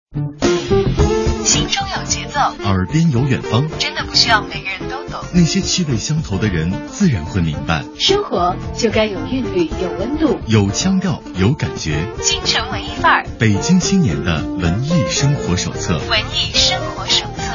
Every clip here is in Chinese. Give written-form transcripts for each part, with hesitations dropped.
心中有节奏， 耳边有远方， 真的不需要每个人都懂。 那些气味相投的人，自然会明白。 生活就该有韵律，有温度， 有腔调，有感觉。 京城文艺范儿， 北京青年的文艺生活手册。 文艺生活手册。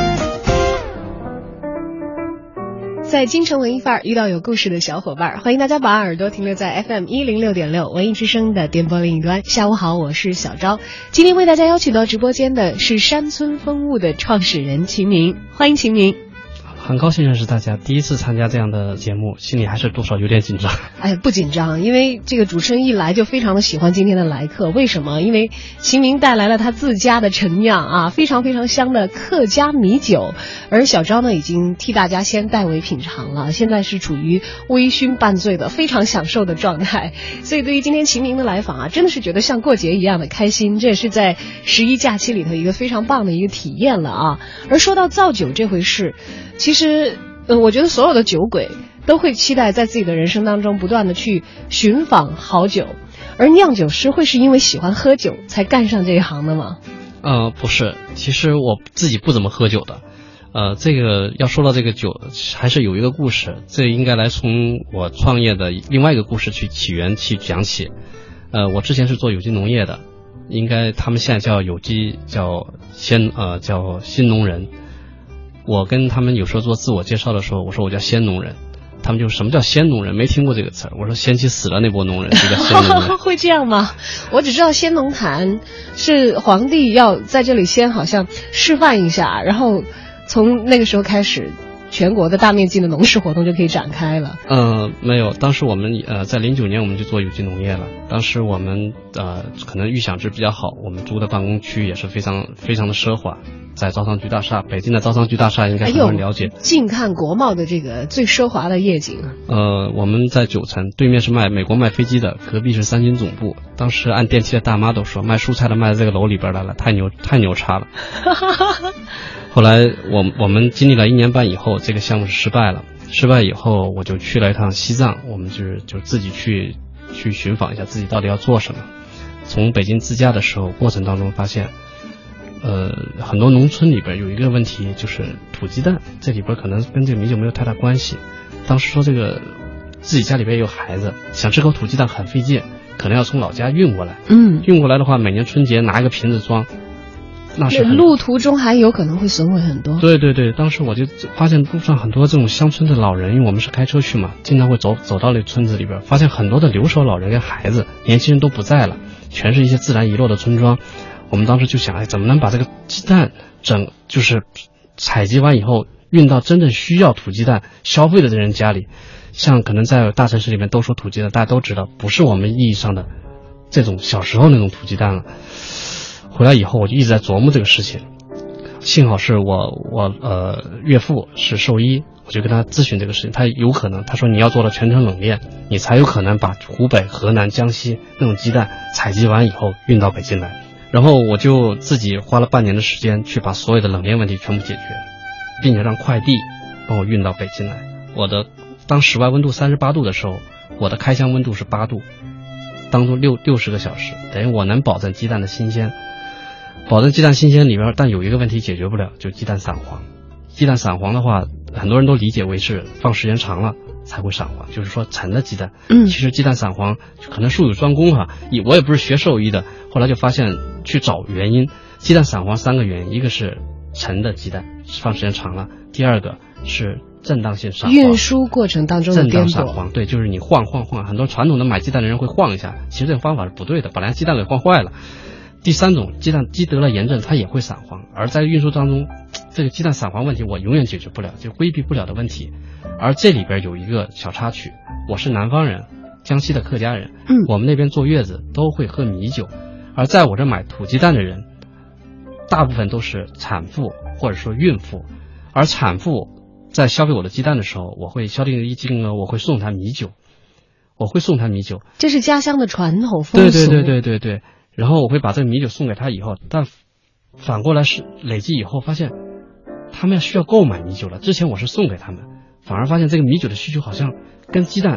在京城文艺范儿遇到有故事的小伙伴，欢迎大家把耳朵停留在 FM106.6 文艺之声的电波另一端。下午好，我是小昭。今天为大家邀请到直播间的是山村风物的创始人秦明，欢迎秦明。 很高兴认识大家，第一次参加这样的节目，心里还是多少有点紧张。 哎，不紧张，因为这个主持人一来就非常的喜欢今天的来客。为什么？因为秦明带来了他自家的陈酿啊，非常非常香的客家米酒，而小昭呢已经替大家先代为品尝了，现在是处于微醺半醉的非常享受的状态。所以对于今天秦明的来访啊，真的是觉得像过节一样的开心，这也是在11假期里头一个非常棒的一个体验了啊。而说到造酒这回事，其实我觉得所有的酒鬼都会期待在自己的人生当中不断的去寻访好酒，而酿酒师会是因为喜欢喝酒才干上这一行的吗？ 不是，其实我自己不怎么喝酒的。这个要说到这个酒，还是有一个故事，这应该来从我创业的另外一个故事去起源去讲起。我之前是做有机农业的，应该他们现在叫有机，叫新农人。我跟他们有时候做自我介绍的时候，我说我叫先农人，他们就什么叫先农人，没听过这个词儿。我说先期死了那波农人就叫先农人。 会这样吗？我只知道先农坛是皇帝要在这里先好像示范一下，然后从那个时候开始全国的大面积的农事活动就可以展开了。 没有，当时我们在09年我们就做有机农业了。当时我们可能预想值比较好，我们租的办公区也是非常非常的奢华，在招商局大厦，北京的招商局大厦应该很多人了解。 近看国贸的这个最奢华的夜景。 我们在9层，对面是美国卖飞机的，隔壁是三星总部。当时按电梯的大妈都说，卖蔬菜的卖在这个楼里边来了，太牛叉了。后来我们经历了1年半以后，这个项目是失败了。失败以后，我就去了一趟西藏，我们就自己去寻访一下自己到底要做什么。从北京自驾的时候，过程当中发现，很多农村里边有一个问题，就是土鸡蛋，这里边可能跟这个米酒没有太大关系。当时说这个自己家里边也有孩子，想吃口土鸡蛋很费劲，可能要从老家运过来。运过来的话，每年春节拿一个瓶子装。那是路途中还有可能会损毁很多。 对，当时我就发现路上很多这种乡村的老人，因为我们是开车去嘛，经常会走到那村子里边，发现很多的留守老人跟孩子，年轻人都不在了，全是一些自然遗落的村庄。我们当时就想，怎么能把这个鸡蛋就是采集完以后运到真正需要土鸡蛋消费的人家里。像可能在大城市里面都说土鸡蛋，大家都知道不是我们意义上的这种小时候那种土鸡蛋了。回来以后我就一直在琢磨这个事情，幸好是我岳父是兽医，我就跟他咨询这个事情，他有可能，他说你要做到全程冷链，你才有可能把湖北、河南、江西那种鸡蛋采集完以后运到北京来。然后我就自己花了半年的时间去把所有的冷链问题全部解决，并且让快递帮我运到北京来。当室外温度38度的时候，我的开箱温度是8度，当中60个小时，等于我能保证鸡蛋的新鲜。保证鸡蛋新鲜里边，但有一个问题解决不了，就鸡蛋散黄。鸡蛋散黄的话，很多人都理解为是放时间长了才会散黄，就是说陈的鸡蛋。其实鸡蛋散黄可能术有专攻哈，我也不是学兽医的，后来就发现去找原因，鸡蛋散黄3个原因，一个是陈的鸡蛋放时间长了，第二个是震荡性散黄， 运输过程当中的颠簸。 震荡散黄，对，就是你晃，很多传统的买鸡蛋的人会晃一下，其实这种方法是不对的，把鸡蛋给晃坏了。第3种，鸡得了炎症，它也会散黄，而在运输当中，这个鸡蛋散黄问题我永远解决不了，就规避不了的问题。而这里边有一个小插曲，我是南方人，江西的客家人，我们那边坐月子都会喝米酒，而在我这买土鸡蛋的人，大部分都是产妇或者说孕妇，而产妇在消费我的鸡蛋的时候，我会销定一金额，我会送她米酒，这是家乡的传统风俗。 对。然后我会把这个米酒送给他以后，但反过来是累积以后发现他们需要购买米酒了。之前我是送给他们，反而发现这个米酒的需求好像跟鸡蛋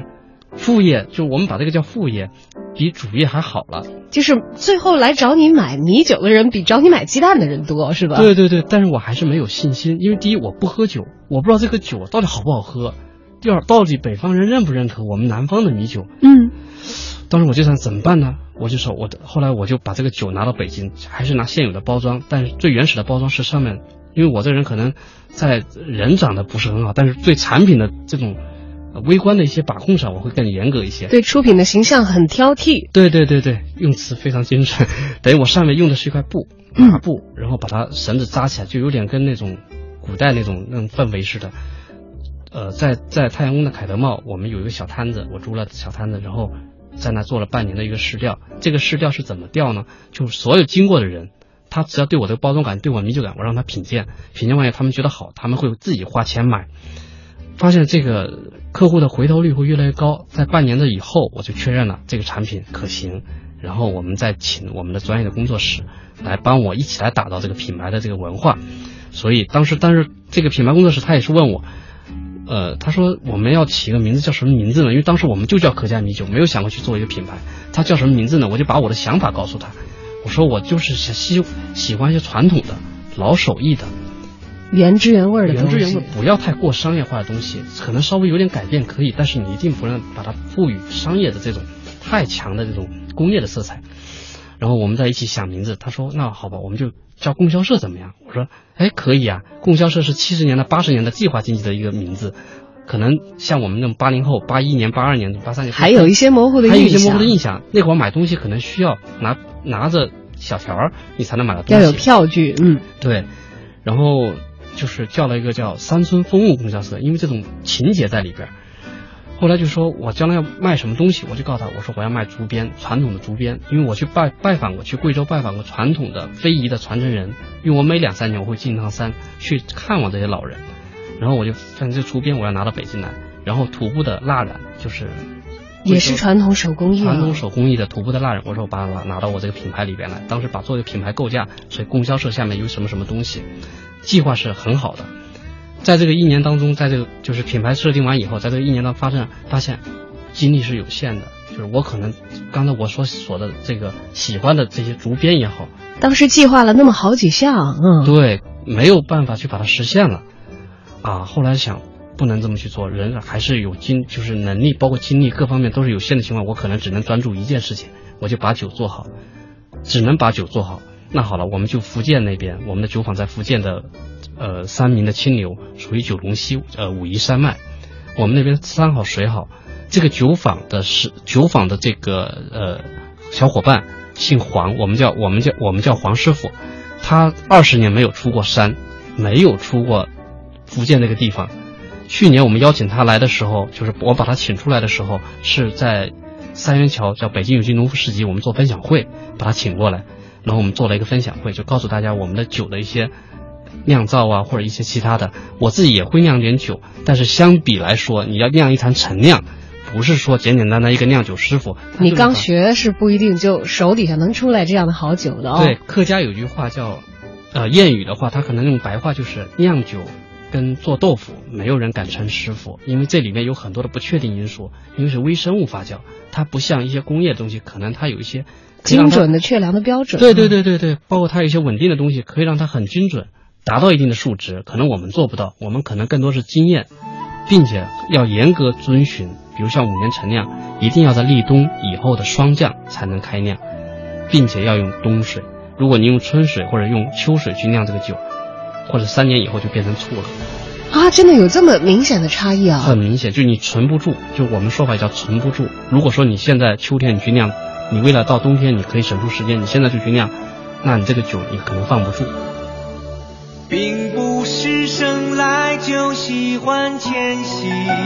副业，就我们把这个叫副业，比主业还好了。 就是最后来找你买米酒的人比找你买鸡蛋的人多，是吧？ 对对对，但是我还是没有信心，因为第一我不喝酒，我不知道这个酒到底好不好喝，第二到底北方人认不认可我们南方的米酒。当时我就想怎么办呢？我就说后来我就把这个酒拿到北京，还是拿现有的包装，但是最原始的包装是上面，因为我这个人可能在人长得不是很好，但是对产品的这种微观的一些把控上我会更严格一些， 对出品的形象很挑剔。 对对对对，用词非常精准。等于我上面用的是一块布，麻布，然后把它绳子扎起来，就有点跟那种古代那种氛围似的。在太阳宫的凯德茂，我们有一个小摊子，我租了小摊子，然后在那做了半年的一个试调。这个试调是怎么调呢？就是所有经过的人，他只要对我的包装感，对我米酒感，我让他品鉴，品鉴完以后他们觉得好，他们会自己花钱买。发现这个客户的回头率会越来越高，在半年的以后，我就确认了这个产品可行，然后我们再请我们的专业的工作室来帮我一起来打造这个品牌的这个文化。所以当时这个品牌工作室他也是问我，他说我们要起个名字叫什么名字呢？因为当时我们就叫客家米酒，没有想过去做一个品牌，他叫什么名字呢？我就把我的想法告诉他，我说我就是喜欢一些传统的老手艺的原汁原味的东西， 原汁原味，不要太过商业化的东西，可能稍微有点改变可以，但是你一定不能把它赋予商业的这种太强的这种工业的色彩。然后我们在一起想名字，他说那好吧，我们就叫供销社怎么样？我说可以啊，供销社是70年代80年的计划经济的一个名字，可能像我们那种80后81年82年83年还有一些模糊的印象， 那会儿买东西可能需要拿着小条你才能买到东西， 要有票据。 对。然后就是叫了一个叫山村风物供销社，因为这种情节在里边。后来就说我将来要卖什么东西，我就告诉他，我说我要卖竹编，传统的竹编，因为我去拜访过，去贵州拜访过传统的非遗的传承人，因为我每2-3年我会进趟山去看望这些老人，然后我就发现这竹编我要拿到北京来，然后土布的蜡染就是也是传统手工艺的土布的蜡染，我说我把它拿到我这个品牌里边来，当时把做一个品牌构架，所以供销社下面有什么什么东西，计划是很好的。在这个1年当中，在这个就是品牌设定完以后，在这个1年当中发现精力是有限的，就是我可能刚才我说的这个喜欢的这些竹编也好， 当时计划了那么好几项， 对，没有办法去把它实现了啊。后来想不能这么去做，人还是有就是能力包括精力各方面都是有限的情况，我可能只能专注一件事情，我就把酒做好，只能把酒做好。那好了，我们就福建那边，我们的酒坊在福建的三明的清流，属于九龙溪武夷山脉，我们那边山好水好。这个酒坊的这个小伙伴姓黄，我们叫黄师傅，他20年没有出过山，没有出过福建那个地方。去年我们邀请他来的时候，就是我把他请出来的时候，是在三元桥叫北京有机农夫市集，我们做分享会，把他请过来，然后我们做了一个分享会，就告诉大家我们的酒的一些酿造啊，或者一些其他的。我自己也会酿点酒，但是相比来说，你要酿一坛陈酿，不是说简简单单一个酿酒师傅， 你刚学是不一定就手底下能出来这样的好酒的哦。 对，客家有句话叫谚语的话，它可能用白话就是酿酒跟做豆腐没有人敢称师傅，因为这里面有很多的不确定因素，因为是微生物发酵，它不像一些工业的东西，可能它有一些精准的确量的标准。 对对对对对，包括它有一些稳定的东西，可以让它很精准，达到一定的数值，可能我们做不到，我们可能更多是经验，并且要严格遵循，比如像5年陈酿，一定要在立冬以后的霜降才能开酿，并且要用冬水，如果你用春水或者用秋水去酿这个酒，或者3年以后就变成醋了啊！真的有这么明显的差异啊？ 很明显，就你存不住，就我们说法叫存不住。如果说你现在秋天你去酿，你为了到冬天你可以省出时间，你现在就去酿，那你这个酒你可能放不住。 并不是生来就喜欢迁徙，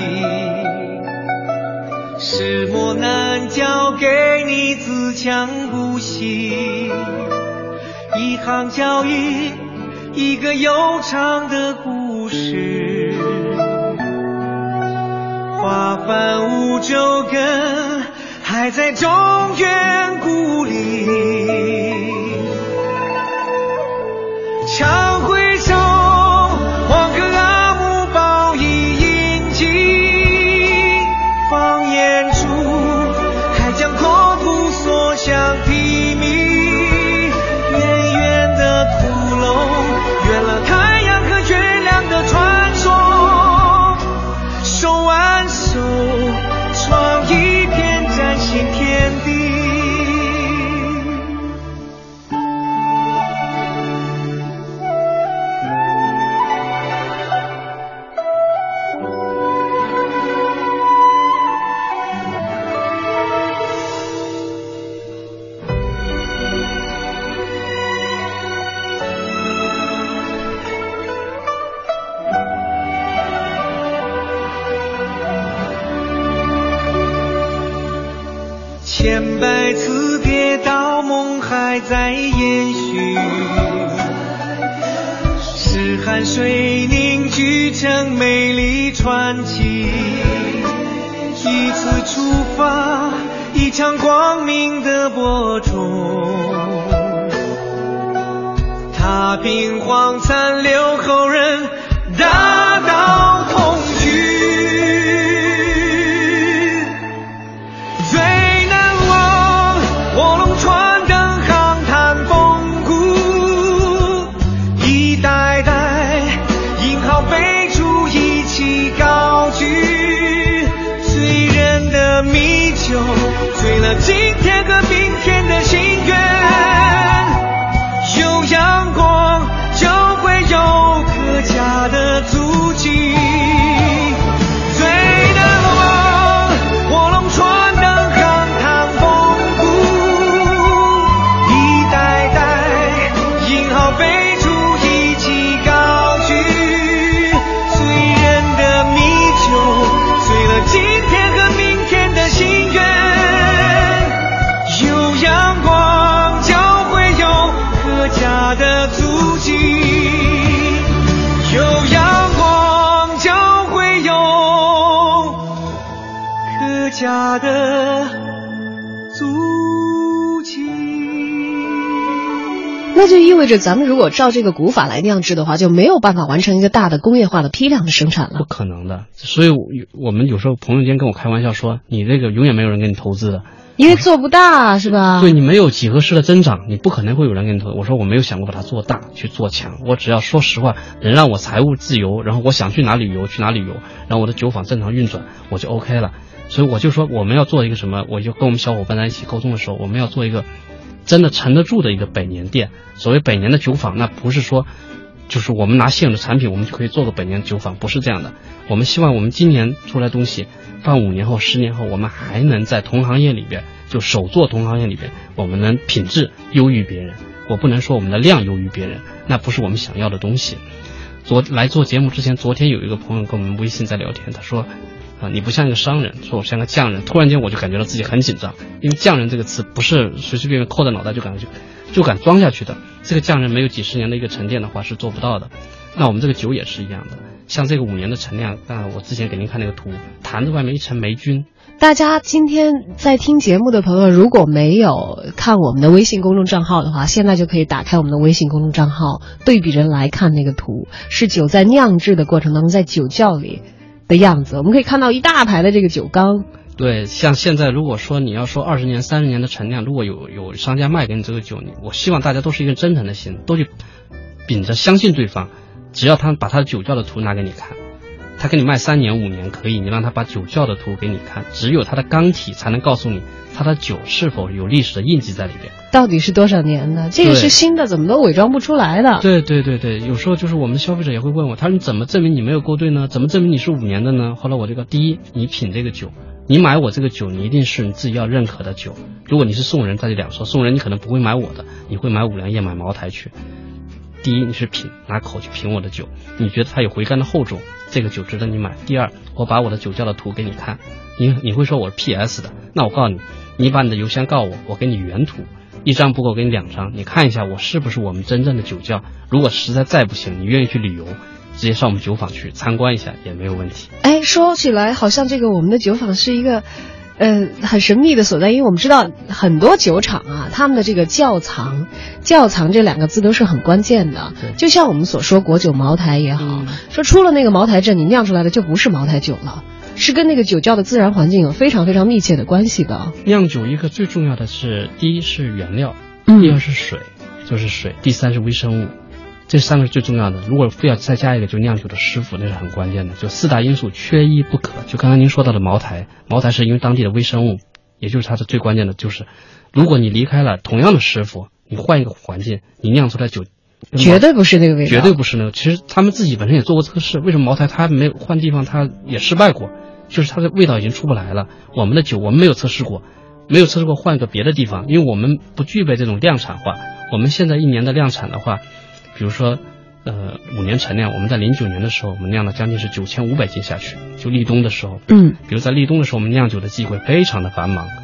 是磨难教给你自强不息，一行教育一个悠长的故事，花帆无舟根还在中原故里，常回首黄河阿母报以印记，放眼山水凝聚成美丽传奇，一次出发，一场光明的播种，踏平荒残留后人大道同居。最难忘卧龙船灯航滩风骨，一代代英豪辈出一起高举，醉人的米酒醉了今天和明天的心愿，有阳光就会有客家的足迹。最难忘卧龙船灯航滩风骨，一代代英豪辈出一起高举，醉人的米酒醉了今天和明天的心愿，有阳光就会有客家的足迹，有阳光就会有客家的足迹。 那就意味着咱们如果照这个古法来酿制的话，就没有办法完成一个大的工业化的批量的生产了。 不可能的。所以我们有时候朋友间跟我开玩笑说，你这个永远没有人给你投资的， 因为做不大是吧？ 对，你没有几何式的增长，你不可能会有人给你投。我说我没有想过把它做大去做强，我只要说实话，能让我财务自由，然后我想去哪里旅游去哪里旅游，然后我的酒坊正常运转，我就 OK 了。所以我就说我们要做一个什么，我就跟我们小伙伴在一起沟通的时候，我们要做一个真的沉得住的一个百年店。所谓百年的酒坊，那不是说就是我们拿现有的产品我们就可以做个百年酒坊，不是这样的。我们希望我们今年出来东西放5年后10年后，我们还能在同行业里边，就手做同行业里边，我们能品质优于别人。我不能说我们的量优于别人，那不是我们想要的东西。来做节目之前，昨天有一个朋友跟我们微信在聊天，他说你不像一个商人，说我像个匠人。突然间我就感觉到自己很紧张，因为匠人这个词不是随随便便扣在脑袋就敢装下去的，这个匠人没有几十年的一个沉淀的话是做不到的。那我们这个酒也是一样的，像这个5年的陈酿，我之前给您看那个图，坛子外面一层霉菌。 大家今天在听节目的朋友，如果没有看我们的微信公众账号的话，现在就可以打开我们的微信公众账号，对比着来看那个图，是酒在酿制的过程当中在酒窖里的样子。我们可以看到一大排的这个酒缸。 对，像现在如果说你要说20年30年的陈酿，如果有商家卖给你这个酒，我希望大家都是一个真诚的心，都去秉着相信对方。只要他把他的酒窖的图拿给你看，他给你卖3年5年可以，你让他把酒窖的图给你看，只有他的缸体才能告诉你他的酒是否有历史的印记在里边， 到底是多少年的，这个是新的，怎么都伪装不出来的。 对对对对，有时候就是我们消费者也会问我，他说你怎么证明你没有勾兑呢？怎么证明你是5年的呢？后来我第一，你品这个酒，你买我这个酒，你一定是你自己要认可的酒。如果你是送人，那就两说，送人你可能不会买我的，你会买五粮液买茅台去。第一，你是品，拿口去品我的酒，你觉得它有回甘的厚重，这个酒值得你买。第二，我把我的酒窖的图给你看，你会说我是 PS 的，那我告诉你，你把你的邮箱告我给你原图，1张不够给你2张，你看一下我是不是我们真正的酒窖。如果实在再不行，你愿意去旅游，直接上我们酒坊去参观一下也没有问题。 哎，说起来好像这个我们的酒坊是一个很神秘的所在，因为我们知道很多酒厂啊，他们的这个窖藏这2个字都是很关键的。就像我们所说国酒茅台也好，说出了那个茅台镇，你酿出来的就不是茅台酒了，是跟那个酒窖的自然环境有非常非常密切的关系的。 酿酒一个最重要的是，第一是原料，第二是水，就是水，第三是微生物，这3个是最重要的。如果非要再加一个，就酿酒的师傅，那是很关键的。就4大因素缺一不可。就刚才您说到的茅台是因为当地的微生物，也就是它的最关键的就是，如果你离开了同样的师傅，你换一个环境，你酿出来酒绝对不是那个味道， 绝对不是那个。其实他们自己本身也做过测试，为什么茅台它没有换地方，它也失败过，就是它的味道已经出不来了。我们的酒我们没有测试过换个别的地方，因为我们不具备这种量产化。我们现在1年的量产的话，比如说5年陈酿，我们在09年的时候，我们酿了将近是9500斤下去，就立冬的时候。比如在立冬的时候，我们酿酒的机会非常的繁忙，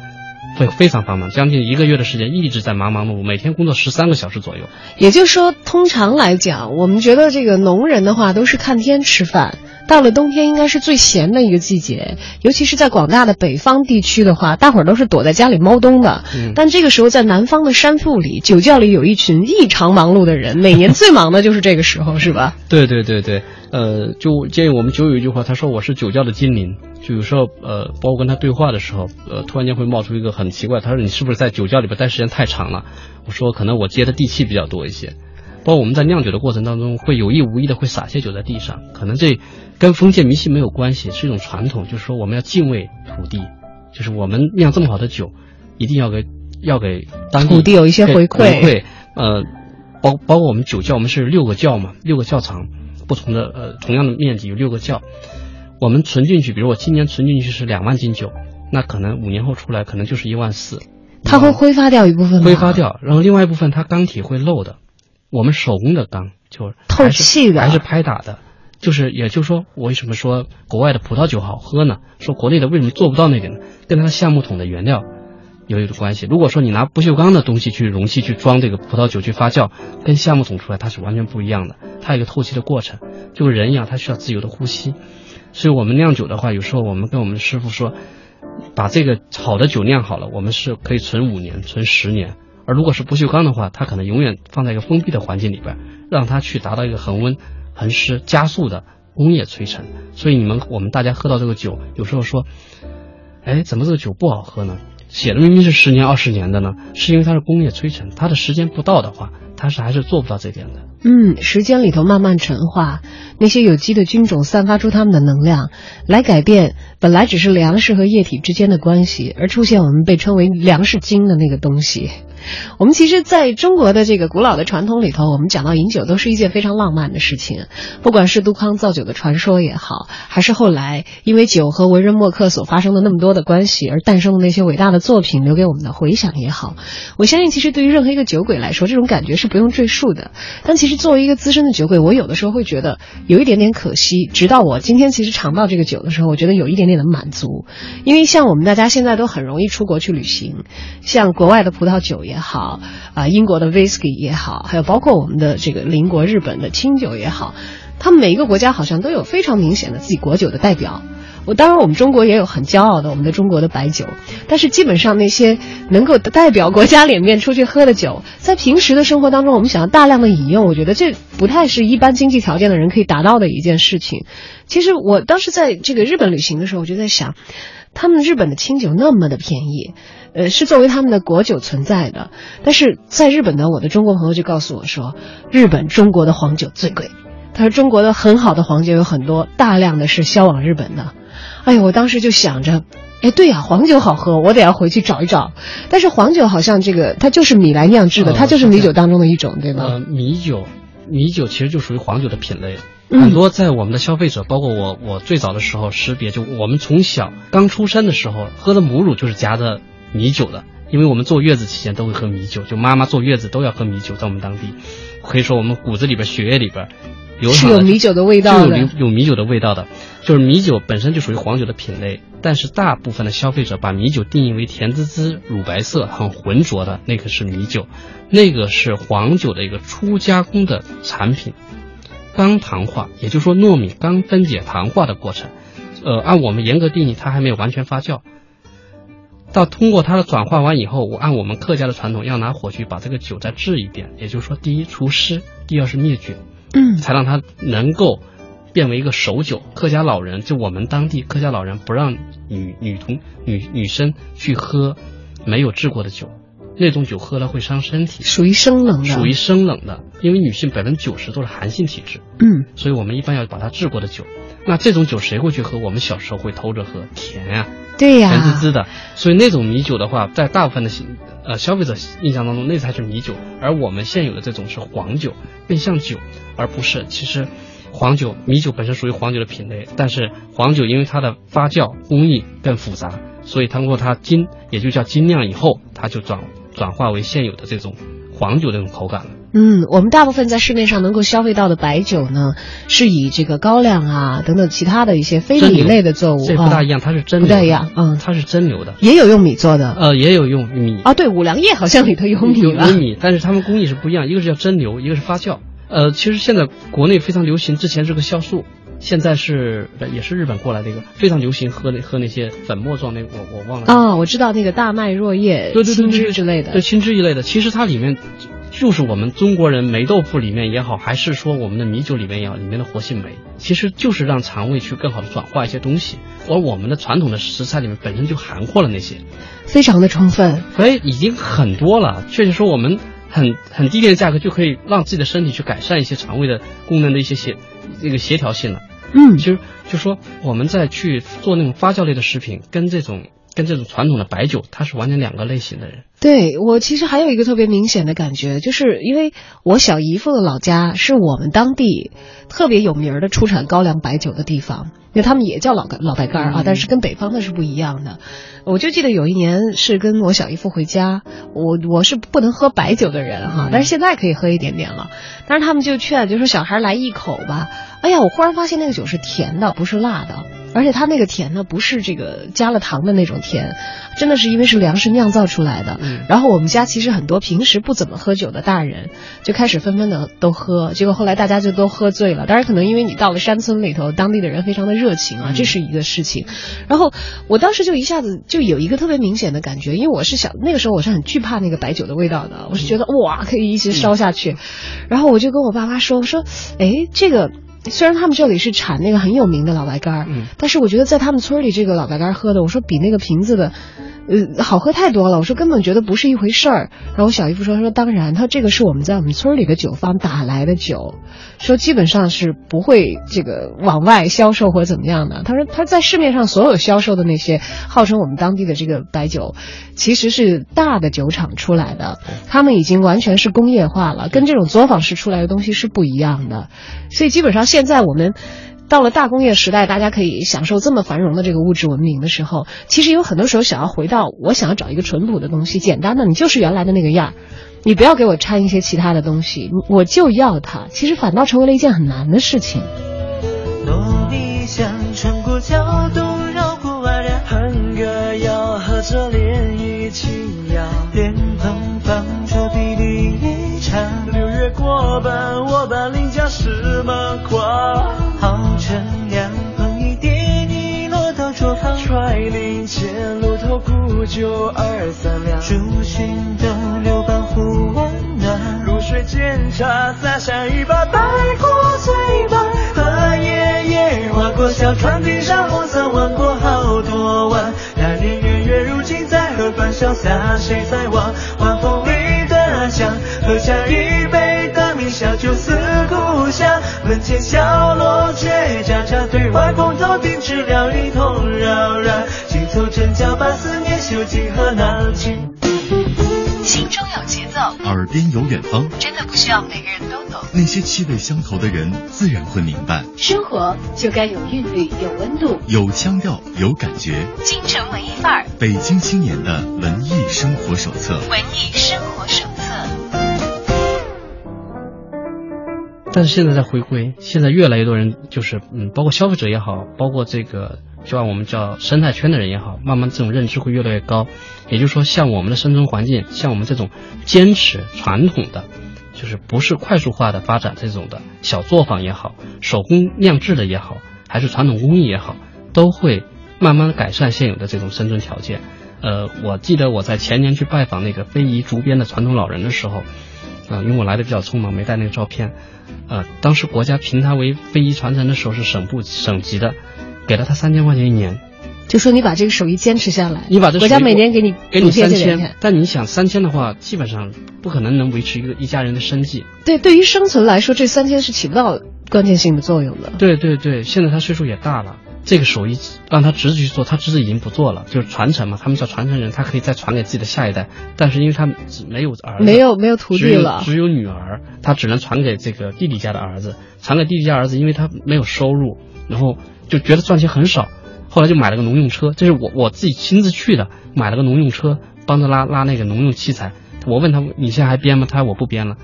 会非常繁忙，将近1个月的时间一直在忙忙碌碌，每天工作13个小时左右。 也就是说，通常来讲，我们觉得这个农人的话都是看天吃饭，到了冬天应该是最闲的一个季节，尤其是在广大的北方地区的话，大伙儿都是躲在家里猫冬的。但这个时候在南方的山腹里，酒窖里有一群异常忙碌的人，每年最忙的就是这个时候，是吧？ 对对对对，就建议我们酒友一句话，他说我是酒窖的精灵。就有时候包括跟他对话的时候，突然间会冒出一个很奇怪，他说你是不是在酒窖里边待时间太长了？我说可能我接的地气比较多一些。包括我们在酿酒的过程当中，会有意无意的会撒些酒在地上，可能这跟封建迷信没有关系，是一种传统，就是说我们要敬畏土地，就是我们酿这么好的酒，一定要给当地土地有一些回馈。 包括我们酒窖，我们是6个窖嘛，6个窖藏，不同的同样的面积有6个窖。我们存进去，比如我今年存进去是2万斤酒，那可能5年后出来可能就是1.4万。 它会挥发掉一部分吗？ 挥发掉，然后另外一部分它缸体会漏的。我们手工的缸就透气的， 还是拍打的，也就是说，我为什么说国外的葡萄酒好喝呢？说国内的为什么做不到那个呢？跟它的橡木桶的原料有一种关系。如果说你拿不锈钢的东西去容器去装这个葡萄酒去发酵，跟橡木桶出来它是完全不一样的，它有一个透气的过程，就跟人一样，它需要自由的呼吸。所以我们酿酒的话，有时候我们跟我们的师傅说，把这个好的酒酿好了，我们是可以存5年、存10年。而如果是不锈钢的话，它可能永远放在一个封闭的环境里边，让它去达到一个恒温、恒湿、加速的工业催陈。所以我们大家喝到这个酒，有时候说，怎么这个酒不好喝呢？写的明明是10年、20年的呢，是因为它是工业催陈，它的时间不到的话，它还是做不到这点的。 时间里头慢慢陈化，那些有机的菌种散发出它们的能量，来改变本来只是粮食和液体之间的关系，而出现我们被称为粮食精的那个东西。我们其实在中国的这个古老的传统里头，我们讲到饮酒都是一件非常浪漫的事情，不管是杜康造酒的传说也好，还是后来因为酒和文人墨客所发生的那么多的关系而诞生的那些伟大的作品留给我们的回响也好，我相信其实对于任何一个酒鬼来说，这种感觉是不用赘述的。但其实作为一个资深的酒鬼，我有的时候会觉得有一点点可惜，直到我今天其实尝到这个酒的时候，我觉得有一点点的满足。因为像我们大家现在都很容易出国去旅行，像国外的葡萄酒也好，英国的 whisky 也好，还有包括我们的这个邻国日本的清酒也好，他们每一个国家好像都有非常明显的自己国酒的代表。当然我们中国也有很骄傲的我们的中国的白酒，但是基本上那些能够代表国家脸面出去喝的酒，在平时的生活当中我们想要大量的饮用，我觉得这不太是一般经济条件的人可以达到的一件事情。其实我当时在这个日本旅行的时候，我就在想，他们日本的清酒那么的便宜，是作为他们的国酒存在的，但是在日本呢，我的中国朋友就告诉我说，中国的黄酒最贵。他说中国的很好的黄酒有很多，大量的是销往日本的。我当时就想着，对呀，黄酒好喝，我得要回去找一找。但是黄酒好像这个它就是米来酿制的，它就是米酒当中的一种，对吗？ 米酒其实就属于黄酒的品类。很多在我们的消费者，包括我最早的时候识别，就我们从小刚出生的时候喝的母乳就是夹着米酒的，因为我们坐月子期间都会喝米酒，就妈妈坐月子都要喝米酒，在我们当地可以说我们骨子里边血液里边是有米酒的味道的， 有米酒的味道的，就是米酒本身就属于黄酒的品类，但是大部分的消费者把米酒定义为甜滋滋、乳白色、很浑浊的，那个是米酒，那个是黄酒的一个初加工的产品，刚糖化，也就是说糯米刚分解糖化的过程。按我们严格定义，它还没有完全发酵。到通过它的转化完以后，我按我们客家的传统，要拿火去把这个酒再制一遍，也就是说，第一除湿，第二是灭菌。才让它能够变为一个熟酒。客家老人，就我们当地客家老人不让女生去喝没有制过的酒，那种酒喝了会伤身体， 属于生冷的，因为女性90%都是寒性体质，所以我们一般要把它制过的酒。那这种酒谁会去喝？我们小时候会偷着喝，甜啊， 对呀， 甜滋滋的。所以那种米酒的话，在大部分的消费者印象当中，那才是米酒，而我们现有的这种是黄酒，更像酒，而不是。其实米酒本身属于黄酒的品类，但是黄酒因为它的发酵工艺更复杂，所以通过它也就叫精酿以后，它就转化为现有的这种黄酒这种口感了。 我们大部分在市面上能够消费到的白酒呢，是以这个高粱啊等等其他的一些非米类的作物， 这不大一样，它是蒸馏， 不大一样， 它是蒸馏的， 也有用米做的， 也有用米啊，对，五粮液好像里头有米吧？ 有米，但是它们工艺是不一样，一个是叫蒸馏，一个是发酵。其实现在国内非常流行，之前是个酵素，现在也是日本过来的一个非常流行喝那些粉末状那我忘了我知道那个大麦若叶、 对青汁之类的， 对青汁一类的，其实它里面就是我们中国人霉豆腐里面也好，还是说我们的米酒里面也好，里面的活性酶，其实就是让肠胃去更好的转化一些东西，而我们的传统的食材里面本身就含括了那些， 非常的充分， 所以已经很多了。确实说我们很低廉的价格就可以让自己的身体去改善一些肠胃的功能的一些协调性了。其实就说我们在去做那种发酵类的食品，跟这种传统的白酒，它是完全两个类型的人。 对，我其实还有一个特别明显的感觉，就是因为我小姨夫的老家是我们当地特别有名的出产高粱白酒的地方，因为他们也叫老白干啊，但是跟北方的是不一样的。我就记得有一年是跟我小姨夫回家，我是不能喝白酒的人哈，但是现在可以喝一点点了。但是他们就劝，就说小孩来一口吧。哎呀，我忽然发现那个酒是甜的，不是辣的，而且它那个甜呢，不是这个加了糖的那种甜，真的是因为是粮食酿造出来的。然后我们家其实很多平时不怎么喝酒的大人就开始纷纷的都喝，结果后来大家就都喝醉了。当然可能因为你到了山村里头，当地的人非常的热情啊，这是一个事情。然后我当时就一下子就有一个特别明显的感觉，因为我是那个时候我是很惧怕那个白酒的味道的，我是觉得哇可以一直烧下去。然后我就跟我爸妈说，我说这个虽然他们这里是产那个很有名的老白干，但是我觉得在他们村里这个老白干喝的，我说比那个瓶子的好喝太多了，我说根本觉得不是一回事儿。然后我小姨夫说当然，他这个是我们在我们村里的酒坊打来的酒，说基本上是不会这个往外销售或者怎么样的。他说他在市面上所有销售的那些号称我们当地的这个白酒，其实是大的酒厂出来的，他们已经完全是工业化了，跟这种作坊式出来的东西是不一样的。所以基本上现在我们到了大工业时代，大家可以享受这么繁荣的这个物质文明的时候，其实有很多时候想要回到我想要找一个淳朴的东西，简单的你就是原来的那个样，你不要给我掺一些其他的东西，我就要它，其实反倒成为了一件很难的事情。 糯米香穿过桥洞，绕过外人，哼歌谣和着涟漪轻摇，莲蓬放着比例一场，六月过半，我把邻家石马跨，好乘凉棚一点一落到桌旁，揣零钱路头古酒2-3两，竹荨豆流帮壶温暖，入水煎茶洒上一把白果嘴巴，和爷爷划过小船，顶上红色弯过好多弯，那年月月如今在何方潇洒，谁在望晚风里的香，喝下一杯大米小酒思故乡，门前小罗雀喳喳，对外公头顶知了一同扰扰，紧凑针脚把思念绣进河囊去。 心中有节奏， 耳边有远方， 真的不需要每个人都懂。 那些气味相投的人自然会明白， 生活就该有韵律，有温度， 有腔调，有感觉。 京城文艺范儿， 北京青年的文艺生活手册。 文艺生活手册。 但是现在在回归，现在越来越多人就是包括消费者也好，包括这个就按我们叫生态圈的人也好，慢慢这种认知会越来越高。也就是说，像我们的生存环境，像我们这种坚持传统的，就是不是快速化的发展这种的小作坊也好，手工酿制的也好，还是传统工艺也好，都会慢慢改善现有的这种生存条件。我记得我在前年去拜访那个非遗竹编的传统老人的时候，因为我来的比较匆忙，没带那个照片。当时国家评他为非遗传承的时候是省级的，给了他3000块钱一年。 就说你把这个手艺坚持下来， 你把这国家每年给你 3000，但你想3000的话，基本上不可能维持一家人的生计。 对，对于生存来说，这3000是起不到关键性的作用的。 对对对，现在他岁数也大了，这个手艺让他侄子去做，他侄子已经不做了，就是传承嘛，他们叫传承人，他可以再传给自己的下一代。但是因为他没有儿子， 没有徒弟了， 只有女儿，他只能传给这个弟弟家的儿子，传给弟弟家儿子，因为他没有收入，然后就觉得赚钱很少。后来就买了个农用车，这是我自己亲自去的，买了个农用车，帮着拉那个农用器材。我问他你现在还编吗？他说我不编了。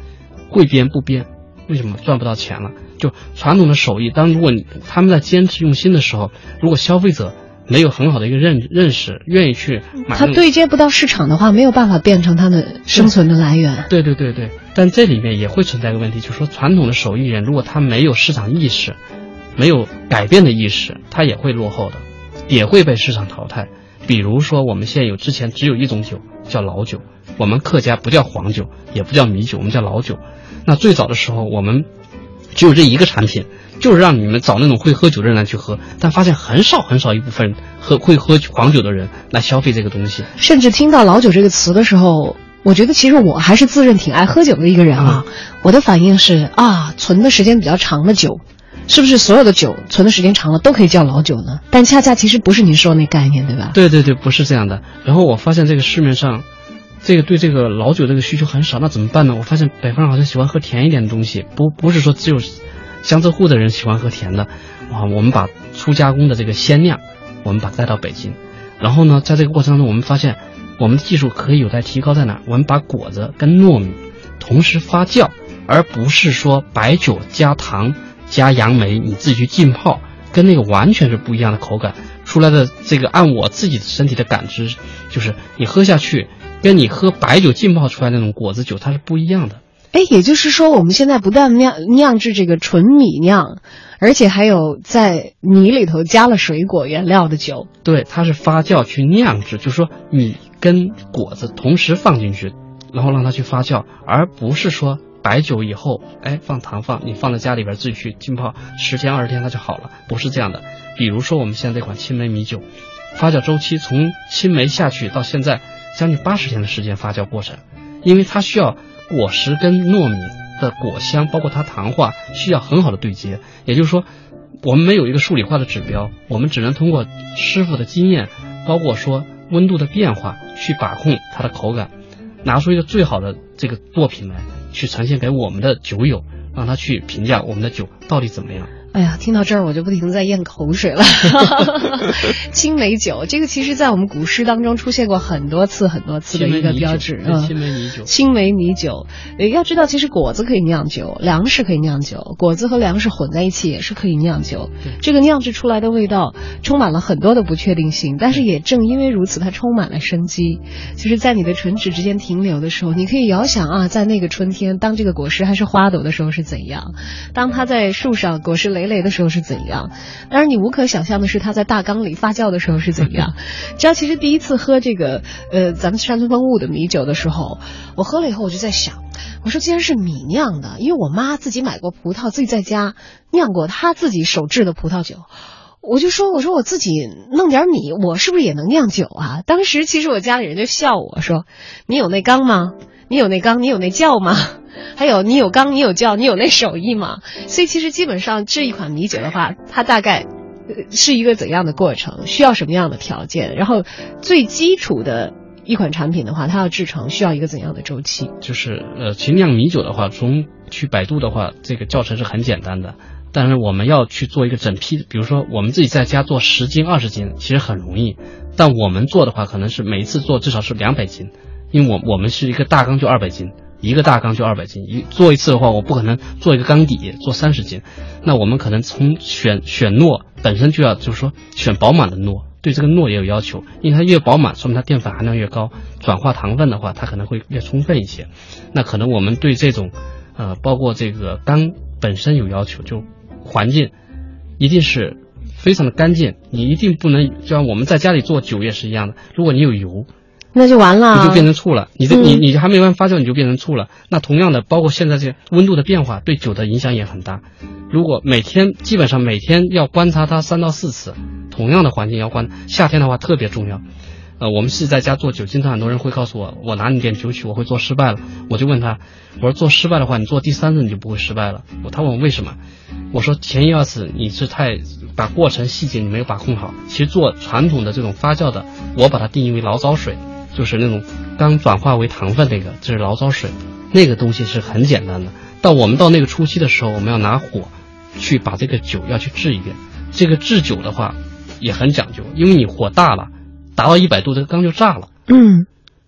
会编不编？为什么赚不到钱了？就传统的手艺，如果他们在坚持用心的时候，如果消费者没有很好的一个认识，愿意去买， 他对接不到市场的话，没有办法变成他的生存的来源。 对。但这里面也会存在一个问题，就是说传统的手艺人，如果他没有市场意识，没有改变的意识，他也会落后的，也会被市场淘汰。比如说我们现有之前只有一种酒叫老酒，我们客家不叫黄酒，也不叫米酒，我们叫老酒。那最早的时候我们只有这一个产品，就是让你们找那种会喝酒的人来去喝，但发现很少一部分会喝黄酒的人来消费这个东西。 甚至听到老酒这个词的时候，我觉得其实我还是自认挺爱喝酒的一个人啊。我的反应是存的时间比较长的酒，是不是所有的酒存的时间长了都可以叫老酒呢？但恰恰其实不是您说那概念，对吧？ 对，不是这样的。然后我发现这个市面上对这个老酒这个需求很少，那怎么办呢？我发现北方人好像喜欢喝甜一点的东西，不是说只有江浙沪的人喜欢喝甜的我们把初加工的这个鲜酿我们把它带到北京，然后呢在这个过程当中我们发现我们的技术可以有待提高在哪？我们把果子跟糯米同时发酵，而不是说白酒加糖加杨梅你自己去浸泡，跟那个完全是不一样的口感出来的。这个按我自己的身体的感知，就是你喝下去跟你喝白酒浸泡出来那种果子酒它是不一样的。 也就是说我们现在不但酿制这个纯米酿，而且还有在米里头加了水果原料的酒。 对，它是发酵去酿制，就是说米跟果子同时放进去，然后让它去发酵，而不是说白酒以后放糖你放在家里边自己去浸泡10天20天它就好了，不是这样的。比如说我们现在这款青梅米酒，发酵周期从青梅下去到现在将近80天的时间发酵过程，因为它需要果实跟糯米的果香包括它糖化需要很好的对接，也就是说我们没有一个数理化的指标，我们只能通过师傅的经验，包括说温度的变化去把控它的口感，拿出一个最好的这个作品来去呈现给我们的酒友，让他去评价我们的酒到底怎么样。 听到这儿我就不停在咽口水了。青梅酒这个其实在我们古诗当中出现过很多次的一个标志。青梅米酒要知道其实果子可以酿酒，粮食可以酿酒，果子和粮食混在一起也是可以酿酒。这个酿制出来的味道充满了很多的不确定性，但是也正因为如此它充满了生机。就是在你的唇齿之间停留的时候，你可以遥想在那个春天当这个果实还是花朵的时候是怎样，当它在树上果实累的时候是怎样，当然你无可想象的是它在大缸里发酵的时候是怎样。知道其实第一次喝这个咱们山村风物的米酒的时候，我喝了以后我就在想，我说既然是米酿的，因为我妈自己买过葡萄，自己在家酿过她自己手制的葡萄酒，我说我自己弄点米，我是不是也能酿酒啊？当时其实我家里人就笑我说，你有那缸吗？你有那缸，你有那窖吗？还有你有缸，你有窖，你有那手艺吗？所以其实基本上制一款米酒的话，它大概是一个怎样的过程，需要什么样的条件，然后最基础的一款产品的话，它要制成需要一个怎样的周期？就是其实酿米酒的话，从去百度的话，这个教程是很简单的，但是我们要去做一个整批，比如说我们自己在家做10斤20斤其实很容易，但我们做的话可能是每一次做至少是200斤，因为我们是一个大缸就200斤，一个大缸就200斤，做一次的话我不可能做一个缸底做30斤，那我们可能从选糯本身就要就是说选饱满的糯，对这个糯也有要求，因为它越饱满说明它淀粉含量越高，转化糖分的话它可能会越充分一些。那可能我们对这种包括这个缸本身有要求，就环境一定是非常的干净，你一定不能就像我们在家里做酒也是一样的，如果你有油那就完了， 你就变成醋了，你还没完发酵你就变成醋了。那同样的包括现在这温度的变化对酒的影响也很大，如果基本上每天要观察它3到4次，同样的环境要观，夏天的话特别重要。我们是在家做酒，经常很多人会告诉我拿你点酒曲我会做失败了，我就问他，我说做失败的话你做第3次你就不会失败了。他问我为什么，我说前1、2次你是太把过程细节你没有把控好。其实做传统的这种发酵的，我把它定义为醪糟水，就是那种刚转化为糖分那个，这是醪糟水，那个东西是很简单的。我们到那个初期的时候，我们要拿火去把这个酒要去制一遍。这个制酒的话也很讲究，因为你火大了达到100度这个缸就炸了。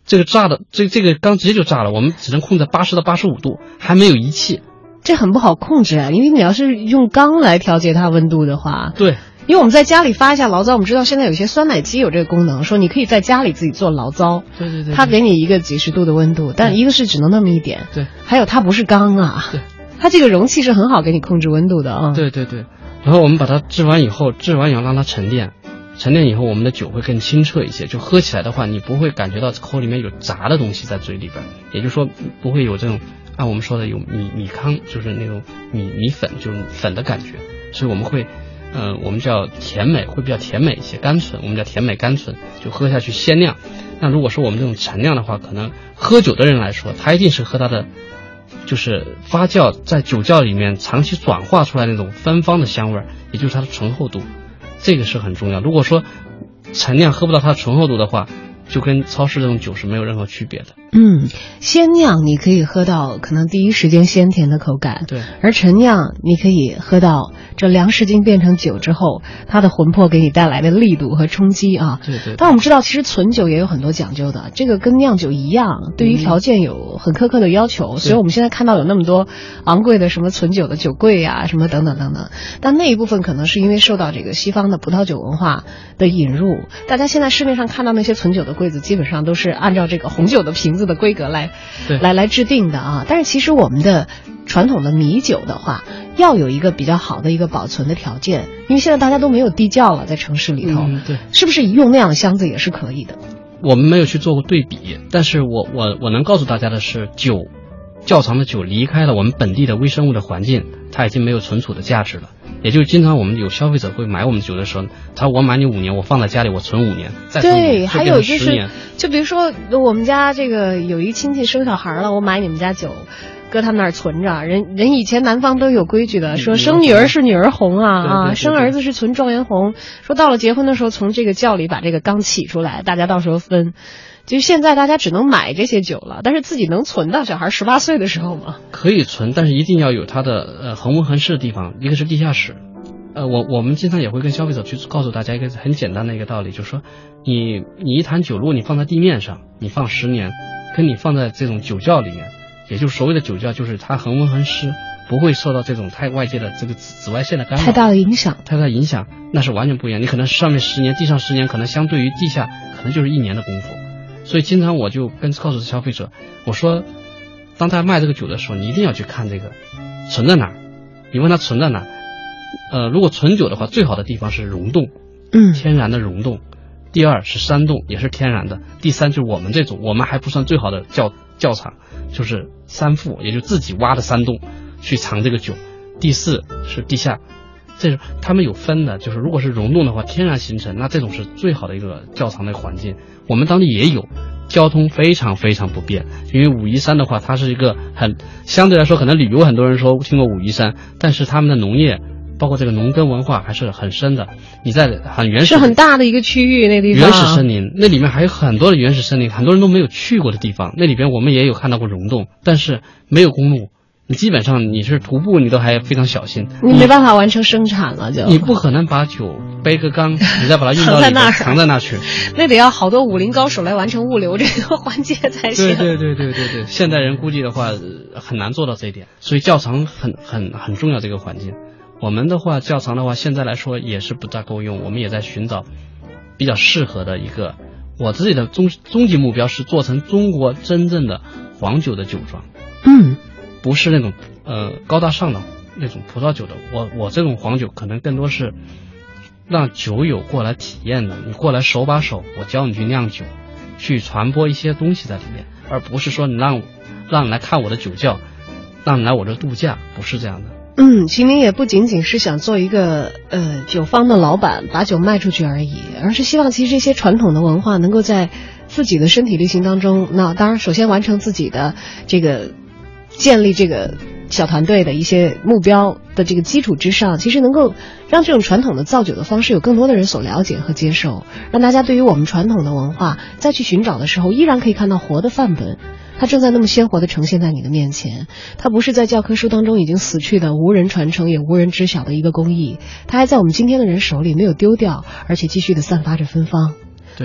这个炸的这个缸直接就炸了，我们只能控制80到85度，还没有仪器， 这很不好控制啊，因为你要是用缸来调节它温度的话， 对。 因为我们在家里发一下醪糟，我们知道现在有些酸奶机有这个功能，说你可以在家里自己做醪糟， 对， 它给你一个几十度的温度，但一个是只能那么一点， 对， 还有它不是缸啊， 对， 它这个容器是很好给你控制温度的啊， 对，然后我们把它制完以后让它沉淀以后，我们的酒会更清澈一些，就喝起来的话，你不会感觉到口里面有杂的东西在嘴里边，也就是说不会有这种按我们说的有米糠，就是那种米粉，就是粉的感觉，所以我们会我们叫甜美，会比较甜美一些，甘醇，我们叫甜美甘醇，就喝下去鲜酿。那如果说我们这种陈酿的话，可能喝酒的人来说，他一定是喝它的就是发酵在酒窖里面长期转化出来那种芬芳的香味，也就是它的醇厚度，这个是很重要。如果说陈酿喝不到它的醇厚度的话，就跟超市这种酒是没有任何区别的。 鲜酿你可以喝到可能第一时间鲜甜的口感， 对， 而陈酿你可以喝到这粮食精变成酒之后，它的魂魄给你带来的力度和冲击啊。 对。 但我们知道，其实存酒也有很多讲究的，这个跟酿酒一样，对于条件有很苛刻的要求，所以我们现在看到有那么多昂贵的什么存酒的酒柜啊，什么等等等等。但那一部分可能是因为受到这个西方的葡萄酒文化的引入，大家现在市面上看到那些存酒的柜子，基本上都是按照这个红酒的瓶子的规格来制定的啊。但是其实我们的传统的米酒的话，要有一个比较好的一个保存的条件，因为现在大家都没有地窖了，在城市里头， 对， 是不是用那样的箱子也是可以的？ 我们没有去做过对比，但是我能告诉大家的是，窖藏的酒离开了我们本地的微生物的环境，它已经没有存储的价值了。也就是经常我们有消费者会买我们酒的时候，他说我买你5年，我放在家里我存5年，再存5年， 对，还有就 10年。 就比如说我们家这个有一亲戚生小孩了，我买你们家酒搁他们那儿存着，人以前南方都有规矩的，说生女儿是女儿红啊，生儿子是存状元红，说到了结婚的时候从这个窖里把这个缸起出来，大家到时候分。就现在大家只能买这些酒了，但是自己能存到小孩18岁的时候吗？ 可以存，但是一定要有它的恒温恒湿的地方，一个是地下室。我们经常也会跟消费者去告诉大家一个很简单的一个道理，就是说你一坛酒，如果你放在地面上，你放10年，跟你放在这种酒窖里面，也就是所谓的酒窖，就是它恒温恒湿，不会受到这种太外界的这个紫外线的干扰， 太大的影响， 那是完全不一样。你可能上面10年，地上10年，可能相对于地下可能就是1年的功夫。所以经常我就告诉消费者，我说当他卖这个酒的时候，你一定要去看这个存在哪儿。你问他存在哪儿，如果存酒的话，最好的地方是溶洞，天然的溶洞。第二是山洞，也是天然的。第三就是我们这种，我们还不算最好的窖藏，就是山腹，也就自己挖的山洞去藏这个酒。第四是地下。这他们有分的，就是如果是溶洞的话，天然形成，那这种是最好的一个窖藏的环境。我们当地也有，交通非常非常不便，因为武夷山的话，它是一个相对来说可能旅游很多人说听过武夷山，但是他们的农业包括这个农耕文化还是很深的。你在很原始， 是很大的一个区域，那地方原始森林，那里面还有很多的原始森林，很多人都没有去过的地方。那里边我们也有看到过溶洞，但是没有公路。你基本上你是徒步，你都还非常小心， 你没办法完成生产了，就你不可能把酒背个缸，你再把它运到里面藏在那去， 那得要好多武林高手来完成物流这个环节才行。 对，现代人估计的话很难做到这一点，所以窖藏很重要这个环境。我们的话窖藏的话，现在来说也是不大够用，我们也在寻找比较适合的一个。我自己的终极目标是做成中国真正的黄酒的酒庄。不是那种高大上的那种葡萄酒的，我这种黄酒可能更多是让酒友过来体验的，你过来手把手，我教你去酿酒，去传播一些东西在里面，而不是说你让你来看我的酒窖，让你来我这度假，不是这样的。 秦明也不仅仅是想做一个酒坊的老板，把酒卖出去而已，而是希望其实这些传统的文化能够在自己的身体力行当中，那当然首先完成自己的这个建立这个小团队的一些目标的这个基础之上，其实能够让这种传统的造酒的方式有更多的人所了解和接受，让大家对于我们传统的文化再去寻找的时候，依然可以看到活的范本，它正在那么鲜活地呈现在你的面前。它不是在教科书当中已经死去的无人传承也无人知晓的一个工艺，它还在我们今天的人手里没有丢掉，而且继续地散发着芬芳。 对，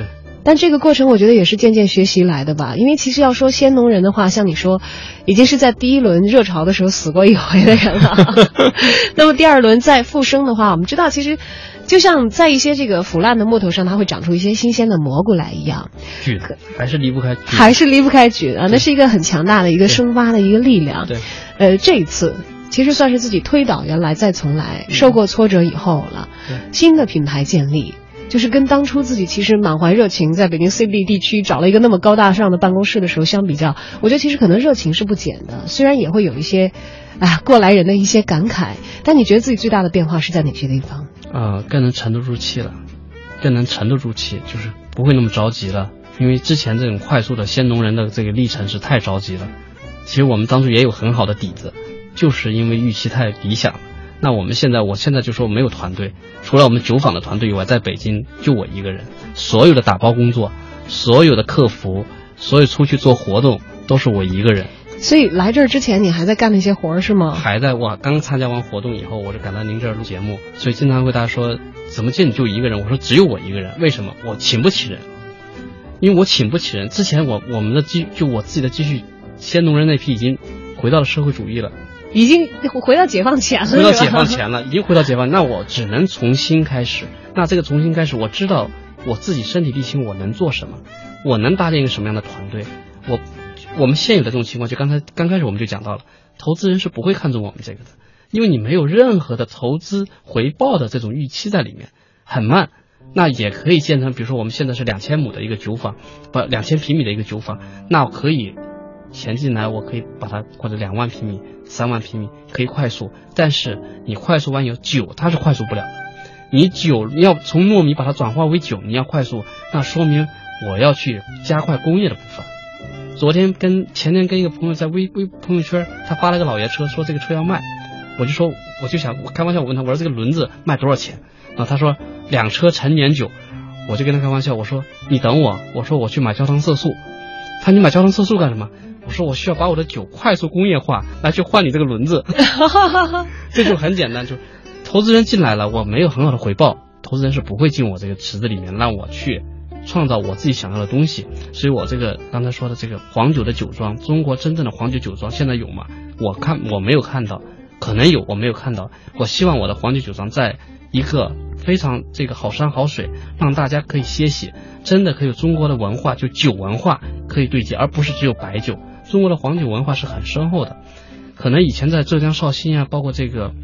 但这个过程我觉得也是渐渐学习来的吧，因为其实要说先农人的话，像你说，已经是在第一轮热潮的时候死过一回的人了。那么第二轮再复生的话，我们知道其实就像在一些这个腐烂的木头上，它会长出一些新鲜的蘑菇来一样， 菌还是离不开菌， 还是离不开菌啊，那是一个很强大的一个生发的一个力量。 对， 这一次其实算是自己推倒原来再重来，受过挫折以后了，新的品牌建立。就是跟当初自己其实满怀热情在北京 CBD 地区找了一个那么高大上的办公室的时候相比较，我觉得其实可能热情是不减的，虽然也会有一些过来人的一些感慨，但你觉得自己最大的变化是在哪些地方？ 更能沉得住气了，更能沉得住气，就是不会那么着急了，因为之前这种快速的先农人的这个历程是太着急了。其实我们当初也有很好的底子，就是因为预期太理想了。那我现在就说没有团队，除了我们酒坊的团队以外，在北京就我一个人，所有的打包工作，所有的客服，所有出去做活动都是我一个人。 所以来这儿之前你还在干那些活是吗？ 还在，我刚参加完活动以后，我就赶到您这儿录节目，所以经常会大家说怎么见你就一个人，我说只有我一个人，为什么？我请不起人，因为我请不起人。之前我们的就我自己的积蓄，先农人那批已经回到了社会主义了。 已经回到解放前了， 回到解放前了，已经回到解放，那我只能重新开始。那这个重新开始，我知道我自己身体力行，我能做什么，我能搭建一个什么样的团队。我们现有的这种情况，就刚开始我们就讲到了，投资人是不会看重我们这个的，因为你没有任何的投资回报的这种预期在里面，很慢。那也可以建成，比如说我们现在是2000亩的一个酒坊，2000平米的一个酒坊，那我可以钱进来，我可以把它或者2万平米、3万平米可以快速，但是你快速完以后，酒它是快速不了的。你酒你要从糯米把它转化为酒，你要快速，那说明我要去加快工业的步伐。前天跟一个朋友在微朋友圈，他发了个老爷车，说这个车要卖，我就想我开玩笑，我问他，我说这个轮子卖多少钱？然后他说2车陈年酒，我就跟他开玩笑，我说你等我，我说我去买焦糖色素。他你买焦糖色素干什么？我说我需要把我的酒快速工业化来去换你这个轮子。这就很简单，就投资人进来了，我没有很好的回报，投资人是不会进我这个池子里面让我去创造我自己想要的东西。所以我这个刚才说的这个黄酒的酒庄，中国真正的黄酒酒庄现在有吗？我没有看到，可能有，我没有看到。我希望我的黄酒酒庄在一个非常这个好山好水，让大家可以歇息，真的可以有中国的文化，就酒文化可以对接，而不是只有白酒。中国的黄酒文化是很深厚的，可能以前在浙江绍兴啊，包括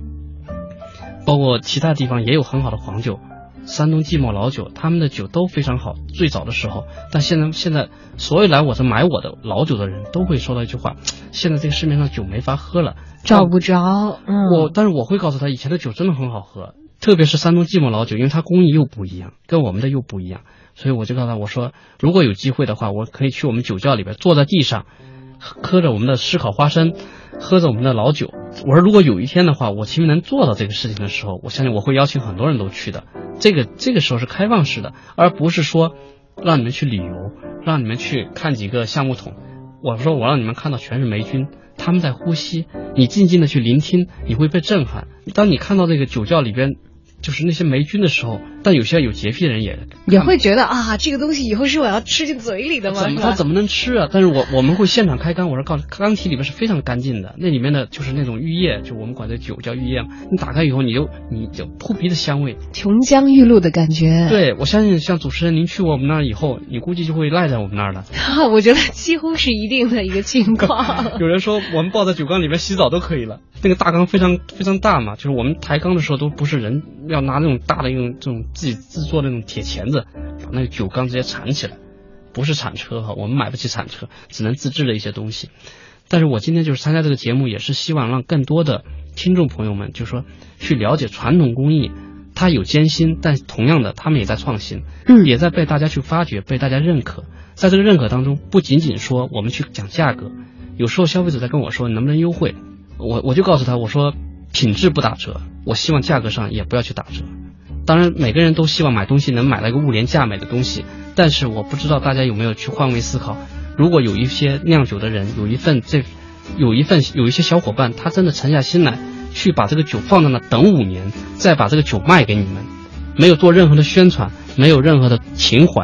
其他地方也有很好的黄酒，山东即墨老酒，他们的酒都非常好，最早的时候。但现在所有来我这买我的老酒的人都会说到一句话，现在这个市面上酒没法喝了， 找不着。 但是我会告诉他，以前的酒真的很好喝，特别是山东即墨老酒，因为它工艺又不一样，跟我们的又不一样，所以我就告诉他，我说如果有机会的话，我可以去我们酒窖里边，坐在地上喝着我们的湿烤花生，喝着我们的老酒。我说如果有一天的话，我其实能做到这个事情的时候，我相信我会邀请很多人都去的。这个时候是开放式的，而不是说让你们去旅游，让你们去看几个橡木桶。我说我让你们看到全是霉菌，他们在呼吸，你静静的去聆听，你会被震撼。当你看到这个酒窖里边就是那些霉菌的时候，但有些有洁癖的人也会觉得这个东西以后是我要吃进嘴里的吗？ 他怎么能吃啊？但是我们会现场开缸，我说缸体里面是非常干净的，那里面的就是那种玉液，就我们管这酒叫玉液嘛，你打开以后你就扑鼻的香味， 琼浆玉露的感觉。 对，我相信像主持人您去过我们那儿以后，你估计就会赖在我们那儿了。 我觉得几乎是一定的一个情况。 有人说我们抱在酒缸里面洗澡都可以了，那个大缸非常非常大嘛，就是我们抬缸的时候都不是人要拿那种大的这种自己制作的那种铁钳子把那个酒缸直接铲起来，不是铲车哈，我们买不起铲车，只能自制的一些东西。但是我今天就是参加这个节目，也是希望让更多的听众朋友们就说去了解传统工艺，它有艰辛，但同样的他们也在创新，也在被大家去发掘，被大家认可。在这个认可当中，不仅仅说我们去讲价格，有时候消费者在跟我说你能不能优惠，我就告诉他，我说品质不打折，我希望价格上也不要去打折。当然每个人都希望买东西能买到一个物廉价美的东西，但是我不知道大家有没有去换位思考，如果有一些酿酒的人，有一些小伙伴，他真的沉下心来去把这个酒放在那等5年，再把这个酒卖给你们，没有做任何的宣传，没有任何的情怀，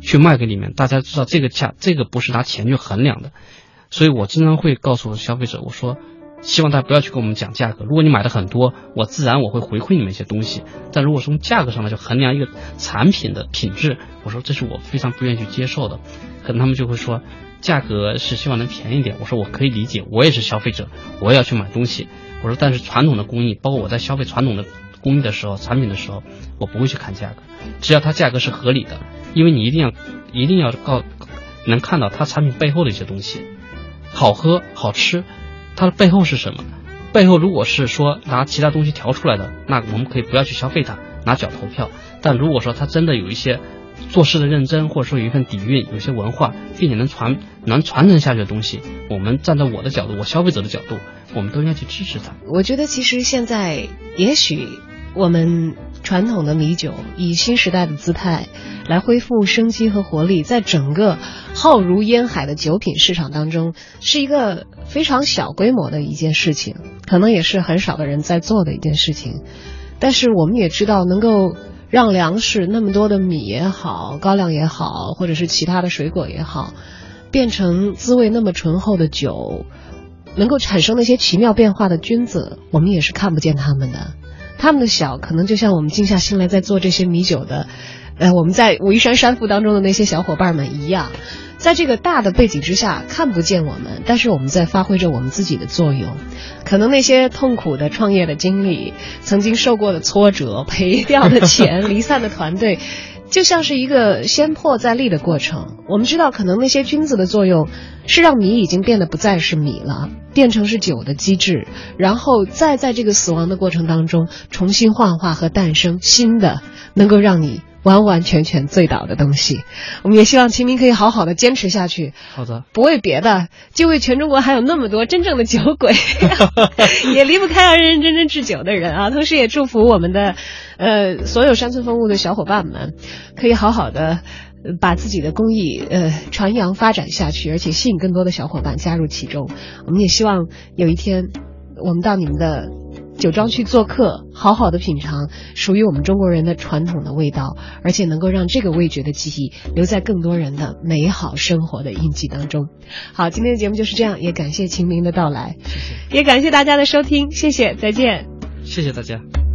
去卖给你们，大家知道这个不是拿钱去衡量的。所以我经常会告诉消费者，我说希望大家不要去跟我们讲价格，如果你买的很多，我自然会回馈你们一些东西，但如果从价格上来就衡量一个产品的品质，我说这是我非常不愿意去接受的。可能他们就会说价格是希望能便宜一点，我说我可以理解，我也是消费者，我也要去买东西，我说但是传统的工艺，包括我在消费传统的工艺的时候，产品的时候，我不会去看价格，只要它价格是合理的，因为你一定要能看到它产品背后的一些东西，好喝好吃，它的背后是什么？背后如果是说拿其他东西调出来的，那我们可以不要去消费它，拿脚投票。但如果说它真的有一些做事的认真，或者说有一份底蕴，有一些文化，并且能传承下去的东西，我们站在我的角度，我消费者的角度，我们都应该去支持它。 我觉得其实现在也许我们传统的米酒以新时代的姿态来恢复生机和活力，在整个浩如烟海的酒品市场当中是一个非常小规模的一件事情，可能也是很少的人在做的一件事情。但是我们也知道，能够让粮食那么多的米也好，高粱也好，或者是其他的水果也好，变成滋味那么醇厚的酒，能够产生那些奇妙变化的君子，我们也是看不见他们的。他们的小可能就像我们静下心来在做这些米酒的我们在武夷山山腹当中的那些小伙伴们一样，在这个大的背景之下看不见我们，但是我们在发挥着我们自己的作用。可能那些痛苦的创业的经历，曾经受过的挫折，赔掉的钱，离散的团队，就像是一个先破再立的过程。我们知道可能那些君子的作用是让米已经变得不再是米了，变成是酒的机制，然后再在这个死亡的过程当中重新幻化和诞生新的能够让你完完全全醉倒的东西。我们也希望秦明可以好好的坚持下去。 好的， 不为别的，就为全中国还有那么多真正的酒鬼也离不开要认认真真制酒的人啊。同时也祝福我们的所有山村风物的小伙伴们可以好好的把自己的工艺传扬发展下去，而且吸引更多的小伙伴加入其中。我们也希望有一天我们到你们的酒庄去做客，好好的品尝属于我们中国人的传统的味道，而且能够让这个味觉的记忆留在更多人的美好生活的印记当中。好，今天的节目就是这样，也感谢秦明的到来， 谢谢， 也感谢大家的收听，谢谢，再见。 谢谢大家。